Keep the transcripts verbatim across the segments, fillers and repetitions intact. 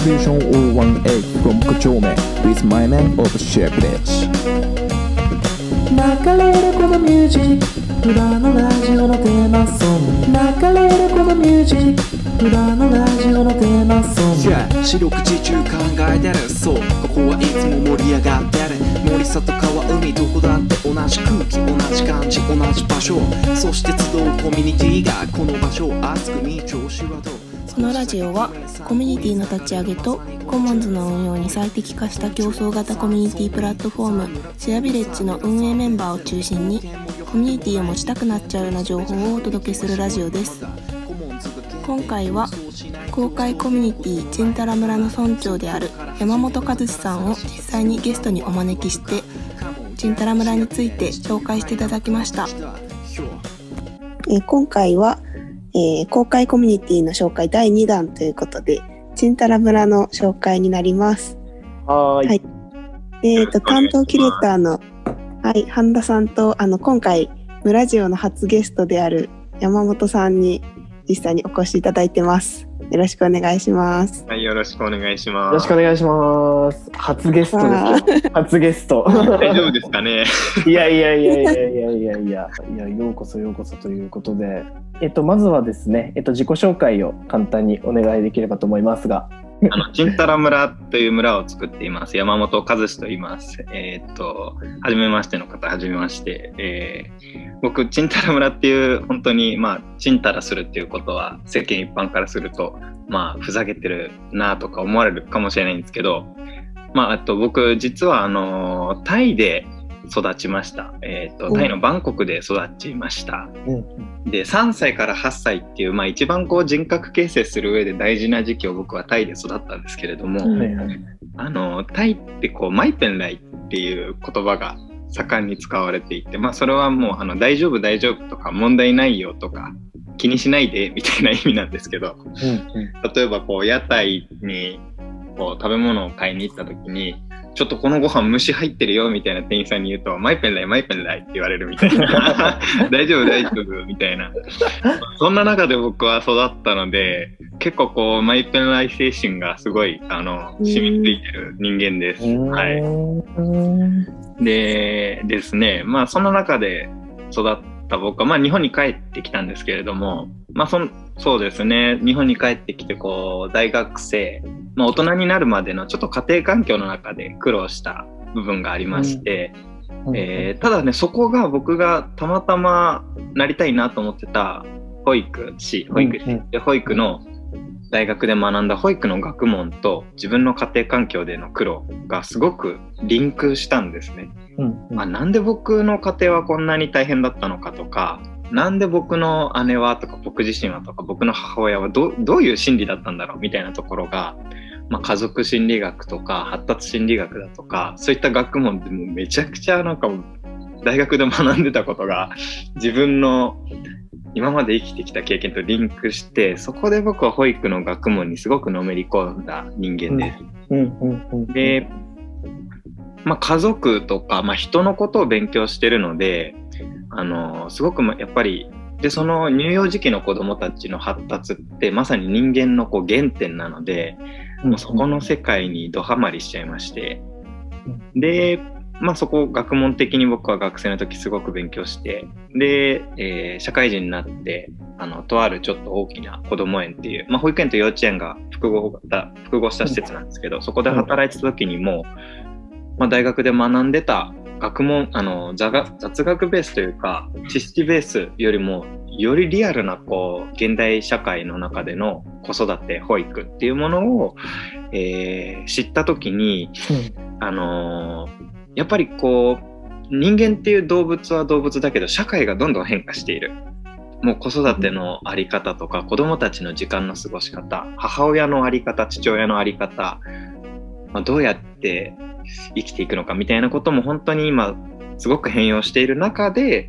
Distribution ゼロいち from ご丁目 with my man of Share Village。 流れるこのミュージック裏のラジオのテーマソング、流れるこのミュージック裏のラジオのテーマソング、 yeah、四六時中考えてる、そうここはいつも盛り上がってる、森里川海どこだって同じ空気同じ感じ同じ場所、そして集うコミュニティがこの場所を熱く見調子はどう。 このラジオはコミュニティの立ち上げとコモンズの運用に最適化した競争型コミュニティプラットフォームシェアビレッジの運営メンバーを中心にコミュニティを持ちたくなっちゃうような情報をお届けするラジオです。今回は公開コミュニティチンタラ村の村長である山本和志さんを実際にゲストにお招きしてチンタラ村について紹介していただきました。え今回はえー、公開コミュニティの紹介だいにだんということでチンタラ村の紹介になります。 はーい、はい、 えーと担当キュレーターの、はい、半田さんとあの今回村ジオの初ゲストである山本さんに実際にお越しいただいてます。よろしくお願いします。 はい、よろしくお願いします。 よろしくお願いします。初ゲストですよ。初ゲスト。 大丈夫ですかね。 いやいやいやいやいやいやいやいや、ようこそようこそということで、えっとまずはですね、えっと自己紹介を簡単にお願いできればと思いますが。 あのチンタラ村という村を作っています山本和志と言います。えー、っと初めましての方、初めまして、えー、僕チンタラ村っていう本当にまあチンタラするっていうことは世間一般からするとまあふざけてるなとか思われるかもしれないんですけど、まああと僕実はあのタイで育ちました。えー、とタイのバンコクで育ちました。うん、でさんさいからはっさいっていう、まあ、一番こう人格形成する上で大事な時期を僕はタイで育ったんですけれども、うん、あのタイってこうマイペンライっていう言葉が盛んに使われていて、まあ、それはもうあの大丈夫大丈夫とか問題ないよとか気にしないでみたいな意味なんですけど、うんうん、例えばこう屋台にこう食べ物を買いに行った時にちょっとこのご飯虫入ってるよみたいな店員さんに言うとマイペンライマイペンライって言われるみたいな大丈夫大丈夫みたいなそんな中で僕は育ったので結構こうマイペンライ精神がすごいあの染みついてる人間です。はい、でですね、まあその中で育った僕は、まあ、日本に帰ってきたんですけれども、まあそそうですね、日本に帰ってきてこう大学生まあ、大人になるまでのちょっと家庭環境の中で苦労した部分がありまして、うんえー、ただねそこが僕がたまたまなりたいなと思ってた保育士保育士、うん、で保育の大学で学んだ保育の学問と自分の家庭環境での苦労がすごくリンクしたんですね、うんうん、あなんで僕の家庭はこんなに大変だったのかとかなんで僕の姉はとか僕自身はとか僕の母親は ど, どういう心理だったんだろうみたいなところが、まあ、家族心理学とか発達心理学だとかそういった学問でもめちゃくちゃなんか大学で学んでたことが自分の今まで生きてきた経験とリンクしてそこで僕は保育の学問にすごくのめり込んだ人間です。うんうんうんうん、で、まあ、家族とか、まあ、人のことを勉強してるのであのすごくやっぱりでその乳幼児期の子どもたちの発達ってまさに人間のこう原点なので、うん、もうそこの世界にドハマりしちゃいまして、うん、で、まあ、そこを学問的に僕は学生の時すごく勉強してで、えー、社会人になってあのとあるちょっと大きな子ども園っていう、まあ、保育園と幼稚園が複合型複合した施設なんですけど、うん、そこで働いてた時にも、まあ、大学で学んでた学問あの雑学ベースというか知識ベースよりもよりリアルなこう現代社会の中での子育て保育っていうものを、えー、知った時に、うん、あのー、やっぱりこう人間っていう動物は動物だけど社会がどんどん変化している。もう子育てのあり方とか、うん、子どもたちの時間の過ごし方母親のあり方父親のあり方、まあ、どうやって生きていくのかみたいなことも本当に今すごく変容している中で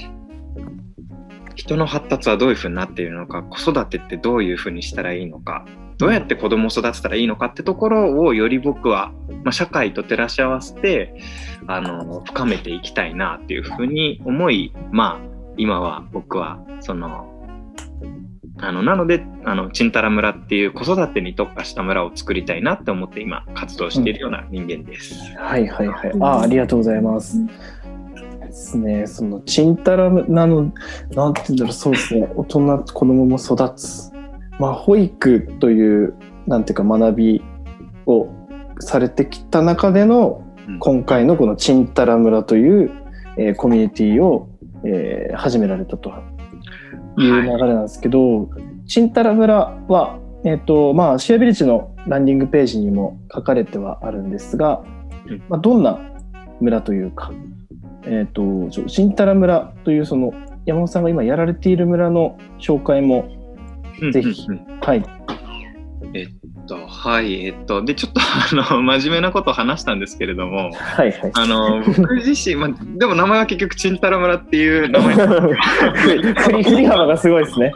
人の発達はどういうふうになっているのか子育てってどういうふうにしたらいいのかどうやって子供を育てたらいいのかってところをより僕は、まあ、社会と照らし合わせてあの深めていきたいなっていうふうに思い、まあ今は僕はそのあのなのであのチンタラ村っていう子育てに特化した村を作りたいなって思って今活動しているような人間です、 うん、はいはいはい。あ、ありがとうございます、うん、ですね。そのチンタラ村のなんて言うんだろう、そうですね、大人子供も育つ、まあ保育というなんていうか学びをされてきた中での、うん、今回のこのチンタラ村という、えー、コミュニティを、えー、始められたという流れなんですけど、はい、チンタラ村は、えーとまあ、シェアビレッジのランディングページにも書かれてはあるんですが、うんまあ、どんな村というか、えーと、チンタラ村というその山本さんが今やられている村の紹介もぜひ、うんうんうん、はい。 えっとはいえっとでちょっとあの真面目なことを話したんですけれども、 はいはい、 あの僕自身、まあ、でも名前は結局チンタラ村っていう名前振り振り幅がすごいですね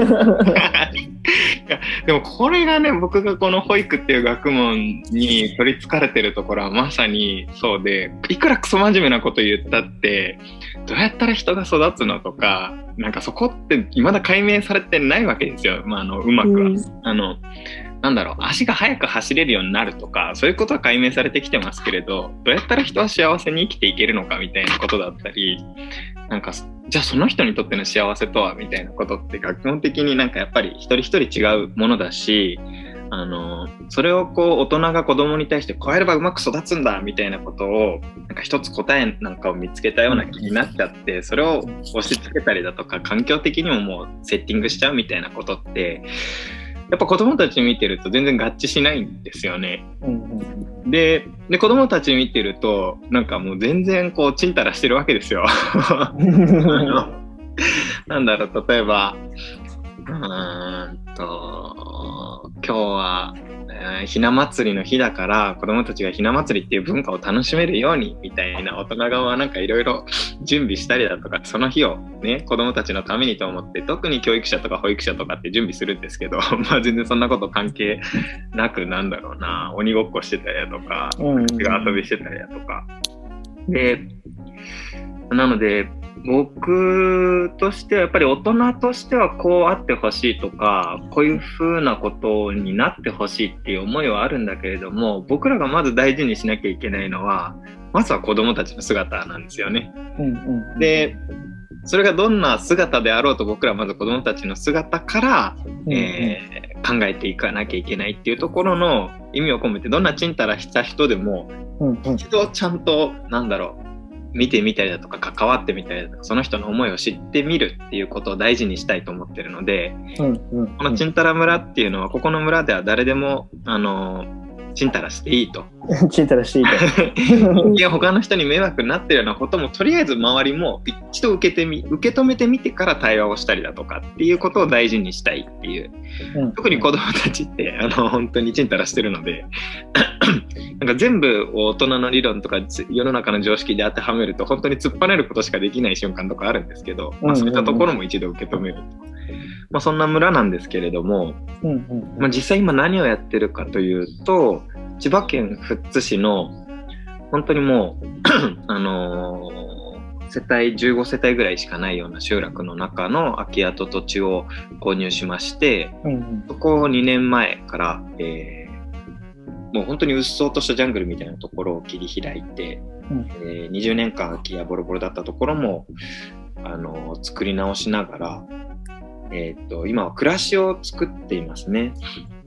いやでもこれがね、僕がこの保育っていう学問に取りつかれてるところはまさにそうで、いくらクソ真面目なこと言ったってどうやったら人が育つのとか、なんかそこって未だ解明されてないわけですよ。まあ、あのうまくは、うん、あのなんだろう、足が速く走れるようになるとかそういうことは解明されてきてますけれど、どうやったら人は幸せに生きていけるのかみたいなことだったり、なんかじゃあその人にとっての幸せとはみたいなことって学問的になんかやっぱり一人一人違うものだし、あのそれをこう大人が子供に対してこうやればうまく育つんだみたいなことをなんか一つ答えなんかを見つけたような気になっちゃって、それを押し付けたりだとか環境的にももうセッティングしちゃうみたいなことってやっぱ子供たち見てると全然合致しないんですよね。で, で子供たち見てるとなんかもう全然こうチンタラしてるわけですよあのなんだろう、例えばうーんと今日は、えー、ひな祭りの日だから子供たちがひな祭りっていう文化を楽しめるようにみたいな大人側なんかいろいろ準備したりだとか、その日をね子供たちのためにと思って特に教育者とか保育者とかって準備するんですけどまあ全然そんなこと関係なく、なんだろうな、鬼ごっこしてたりだとか、うんうん、遊びしてたりだとかで、なので僕としてはやっぱり大人としてはこうあってほしいとか、こういう風なことになってほしいっていう思いはあるんだけれども、僕らがまず大事にしなきゃいけないのはまずは子どもたちの姿なんですよね、うんうん、でそれがどんな姿であろうと僕らはまず子どもたちの姿から、うんうんえー、考えていかなきゃいけないっていうところの意味を込めて、どんなちんたらした人でも一度ちゃんとなんだろう見てみたりだとか関わってみたりだとか、その人の思いを知ってみるっていうことを大事にしたいと思ってるので、うんうんうん、このチンタラ村っていうのはここの村では誰でもあのチンタラしていいとチンタラしていいといや他の人に迷惑になってるようなこともとりあえず周りも一度受けてみ受け止めてみてから対話をしたりだとかっていうことを大事にしたいっていう、うん、特に子供たちってあの本当にチンタラしてるのでなんか全部大人の理論とか世の中の常識で当てはめると本当に突っぱねることしかできない瞬間とかあるんですけど、まあ、そういったところも一度受け止めると、まあ、そんな村なんですけれども、うんうんうんまあ、実際今何をやってるかというと、千葉県富津市の本当にもうあのー、世帯じゅうごせたいぐらいしかないような集落の中の空き家と土地を購入しまして、うんうん、そこをにねんまえから、えー、もう本当にうっそうとしたジャングルみたいなところを切り開いて、うんえー、にじゅうねんかん空き家ボロボロだったところも、あのー、作り直しながら、えー、と今は暮らしを作っていますね。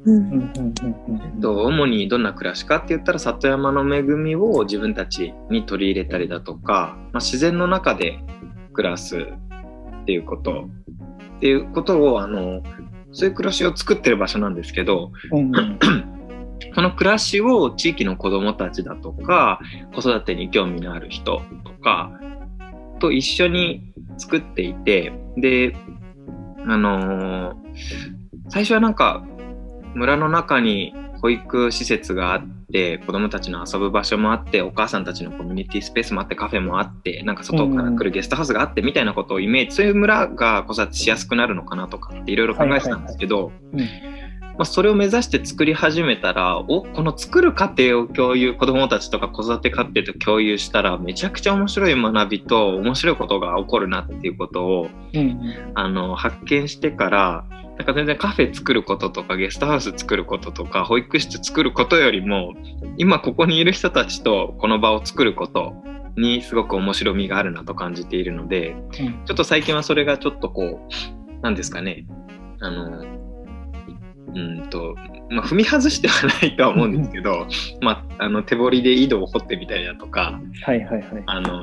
主にどんな暮らしかって言ったら、里山の恵みを自分たちに取り入れたりだとか、まあ、自然の中で暮らすっていうことっていうことをあのそういう暮らしを作ってる場所なんですけど、うん、その暮らしを地域の子どもたちだとか子育てに興味のある人とかと一緒に作っていて、であのー、最初はなんか村の中に保育施設があって子どもたちの遊ぶ場所もあって、お母さんたちのコミュニティスペースもあって、カフェもあって、なんか外から来るゲストハウスがあってみたいなことをイメージ、そういう村が子育てしやすくなるのかなとかっていろいろ考えてたんですけど、 まあ、それを目指して作り始めたら、おこの作る過程を共有、子どもたちとか子育て家庭と共有したらめちゃくちゃ面白い学びと面白いことが起こるなっていうことを、 うん、 あの発見してから、なんか全然カフェ作ることとかゲストハウス作ることとか保育室作ることよりも、今ここにいる人たちとこの場を作ることにすごく面白みがあるなと感じているので、うん、ちょっと最近はそれがちょっとこうなんですかね、あのうんとまあ、踏み外してはないとは思うんですけど、まあ、あの手掘りで井戸を掘ってみたりだとか、 はいはいはい、あの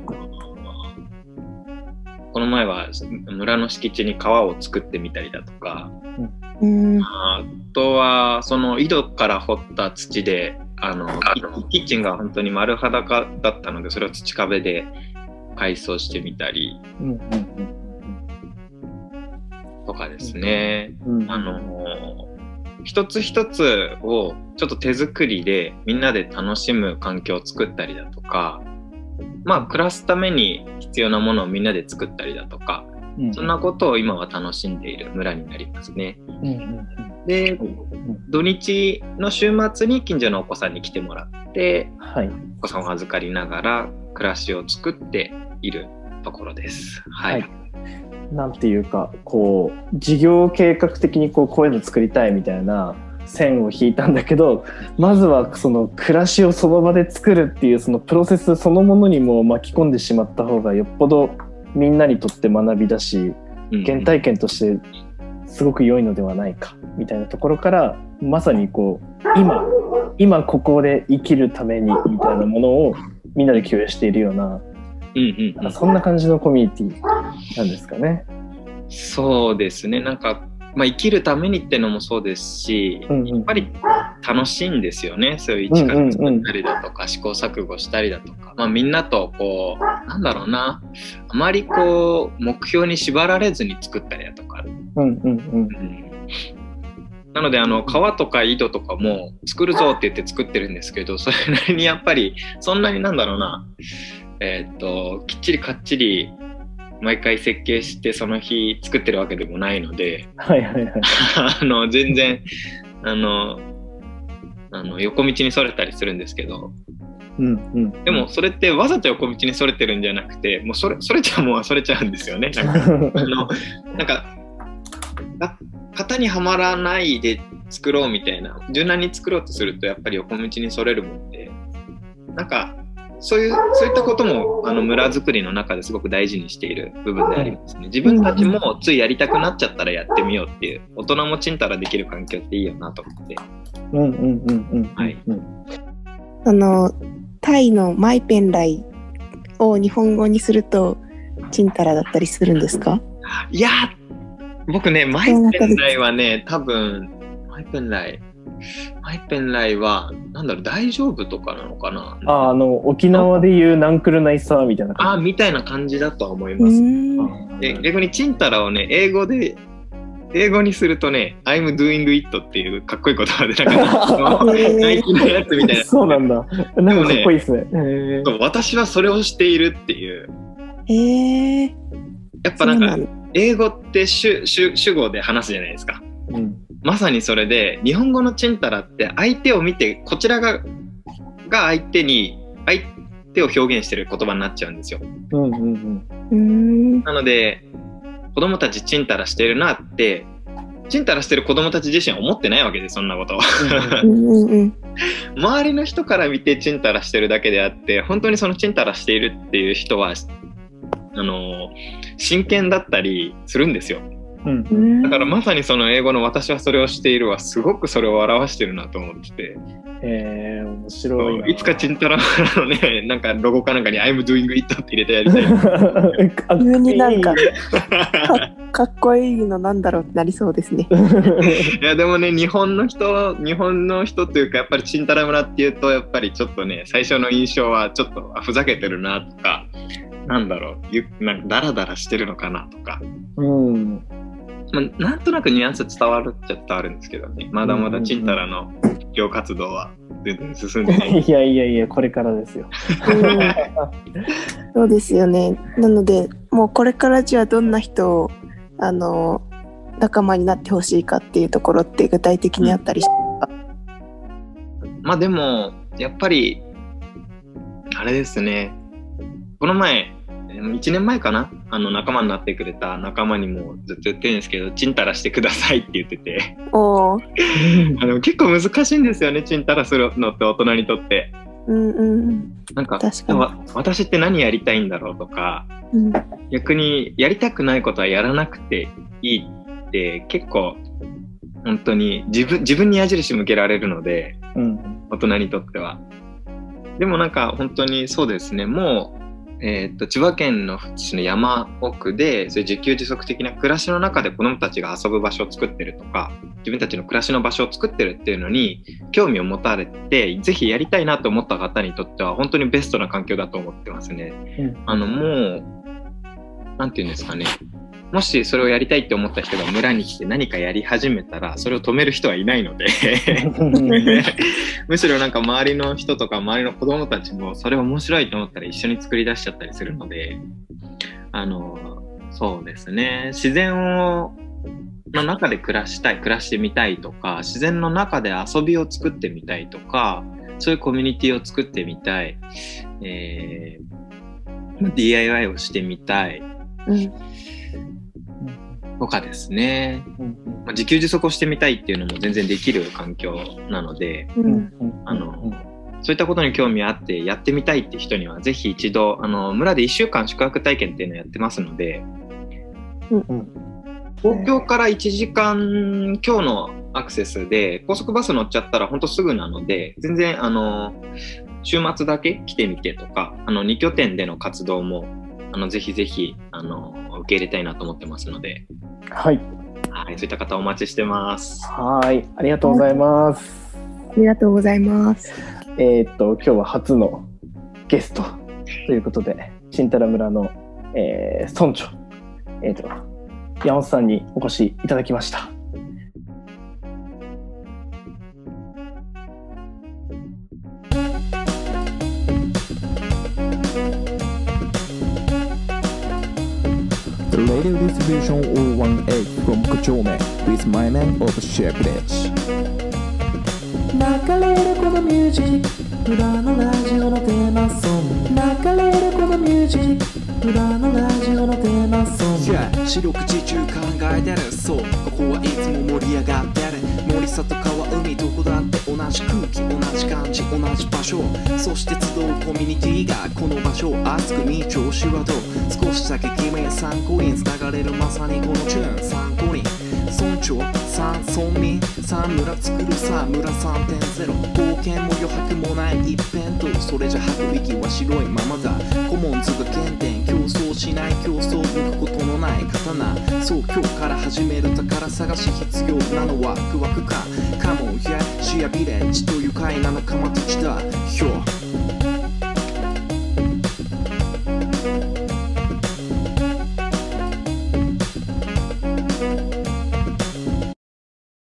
この前は村の敷地に川を作ってみたりだとか、 うん、 あとはその井戸から掘った土であのキッチンが本当に丸裸だったので、それを土壁で改装してみたり、うんうんうん、とかですね、うん、あの一つ一つをちょっと手作りでみんなで楽しむ環境を作ったりだとか、まあ暮らすために必要なものをみんなで作ったりだとか、うん、そんなことを今は楽しんでいる村になりますね。うんうん、で、土日の週末に近所のお子さんに来てもらって、はい、お子さんを預かりながら暮らしを作っているところです。はい。はい、 なんていうかこう事業計画的にこうこういうの作りたいみたいな線を引いたんだけど、まずはその暮らしをその場で作るっていうそのプロセスそのものにも巻き込んでしまった方がよっぽどみんなにとって学びだし、原体験としてすごく良いのではないかみたいなところから、まさにこう今今ここで生きるためにみたいなものをみんなで共有しているような、うんうんうん、そんな感じのコミュニティなんですかね。 そうですね、なんか、まあ、生きるためにってのもそうですし、うんうん、やっぱり楽しいんですよね。そういう一から作ったりだとか、うんうんうん、試行錯誤したりだとか、まあ、みんなとこうなんだろうな、あまりこう目標に縛られずに作ったりだとか、うんうんうんうん、なのであの川とか井戸とかも作るぞって言って作ってるんですけど、それなりにやっぱりそんなになんだろうな、えー、っときっちりかっちり毎回設計してその日作ってるわけでもないので、はいはいはい、あの全然あのあの横道にそれたりするんですけど、うんうん、でもそれってわざと横道にそれてるんじゃなくて、もうそれそれちゃうもんはそれちゃうんですよね。なんかあのなんか型にはまらないで作ろうみたいな、柔軟に作ろうとするとやっぱり横道にそれるもんで、なんかそういうそういったこともあの村づくりの中ですごく大事にしている部分でありますね。自分たちもついやりたくなっちゃったらやってみようっていう、大人もちんたらできる環境っていいよなと思って。うんうんうんうん。はい。 あのタイのマイペンライを日本語にするとちんたらだったりするんですか？ いや僕ね、マイペンライはね、多分マイペンライマイペンライはなんだろう、大丈夫とかなのかな。 あ、あの沖縄でいうナンクルナイサーみたいな感じ。 あ、みたいな感じだとは思います。で逆にチンタラをね、英語で英語にするとね、I'm doing it っていうかっこいい言葉で、なんかナイキのやつみたいな。そうなんだ。なんかかっこいいですね。ね、そう、私はそれをしているっていう。へー。やっぱなんか英語って主主主語で話すじゃないですか。うん。まさにそれで、日本語のチンタラって相手を見て、こちらがが相手に相手を表現してる言葉になっちゃうんですよ。うんうんうん。なので子供たちチンタラしてるなって、チンタラしてる子供たち自身は思ってないわけです、そんなこと。周りの人から見てチンタラしてるだけであって、本当にそのチンタラしているっていう人はあの真剣だったりするんですよ。うん、だからまさにその英語の私はそれをしているはすごくそれを表してるなと思ってて、 えー、面白いな。 いつかチンタラのね、なんかロゴかなんかに I'm doing it って入れてやりたい。 急になんか か, かっこいいのなんだろうってなりそうですね。 いやでもね、日本の人日本の人っていうか、やっぱりチンタラ村っていうとやっぱりちょっとね、最初の印象はちょっとふざけてるなとか、なんだろう、ゆなんかダラダラしてるのかなとか、うん、まあ、なんとなくニュアンス伝わるっちゃ伝わるんですけどね、まだまだチンタラの布教活動は全然進んでない。 いやいやいや、これからですよ。 うん、そうですよね。なのでもうこれからじゃあどんな人をあの仲間になってほしいかっていうところって具体的にあったりしますか？ まあでもやっぱりあれですね、この前いちねんまえかな、あの仲間になってくれた仲間にもずっと言ってるんですけど、チンタラしてくださいって言ってておあの結構難しいんですよね、チンタラするのって大人にとって。 うんうん、 なんか確かにわ私って何やりたいんだろうとか、 うん、 逆にやりたくないことはやらなくていいって結構本当に自分自分に矢印向けられるので、 うん、 大人にとっては。でもなんか本当にそうですね、もうえー、と千葉県の富津市の山奥でそういう自給自足的な暮らしの中で子どもたちが遊ぶ場所を作ってるとか、自分たちの暮らしの場所を作ってるっていうのに興味を持たれて、ぜひやりたいなと思った方にとっては本当にベストな環境だと思ってますね。 うん、 あのもうなんていうんですかね、もしそれをやりたいって思った人が村に来て何かやり始めたらそれを止める人はいないのでむしろなんか周りの人とか周りの子供たちもそれ面白いと思ったら一緒に作り出しちゃったりするので、あのそうですね、自然をの中で暮らしたい暮らしてみたいとか、自然の中で遊びを作ってみたいとか、そういうコミュニティを作ってみたい、えー、ディーアイワイ をしてみたい、 うんとかですね、 うんまあ、自給自足をしてみたいっていうのも全然できる環境なので、 うんあのそういったことに興味あってやってみたいって人にはぜひ一度あの村でいっしゅうかん宿泊体験っていうのをやってますので、 うん東京からいちじかん強のアクセスで高速バス乗っちゃったらほんとすぐなので、全然あの週末だけ来てみてとか、あのに拠点での活動もあのぜひぜひあの受け入れたいなと思ってますので、 はい、 はい、そういった方お待ちしてます。 はい、ありがとうございます。 ありがとうございます。 えーっと今日は初のゲストということで、チンタラ村の、えー、村長、えーっと山本さんにお越しいただきました。 The radio distribution zero one eight from Kochome with my name of Shepherdage. 流れるこのミュージック、裏のラジオのテーマソング。流れるこのミュージック、裏のラジオのテーマソング。 Yeah、四六時中考えてる、そうここはいつも盛り上がってる。森里川海どこだって同じ空気同じ感じ同じ場所、そして集うコミュニティがこの場所を熱く見調子はどう、少しだけ君へ参考につながれる、まさにこのチューン参考に村長さん村民さん村作るさ村 さんてんゼロ 冒険も余白もない一辺倒、それじゃ吐く息は白いままだ。コモンズが原点、競争しない競争抜くことのない刀、そう今日から始める宝探し、必要なのはワクワクか。カモンやシェアビレッジと愉快な仲間たちだ。ひょ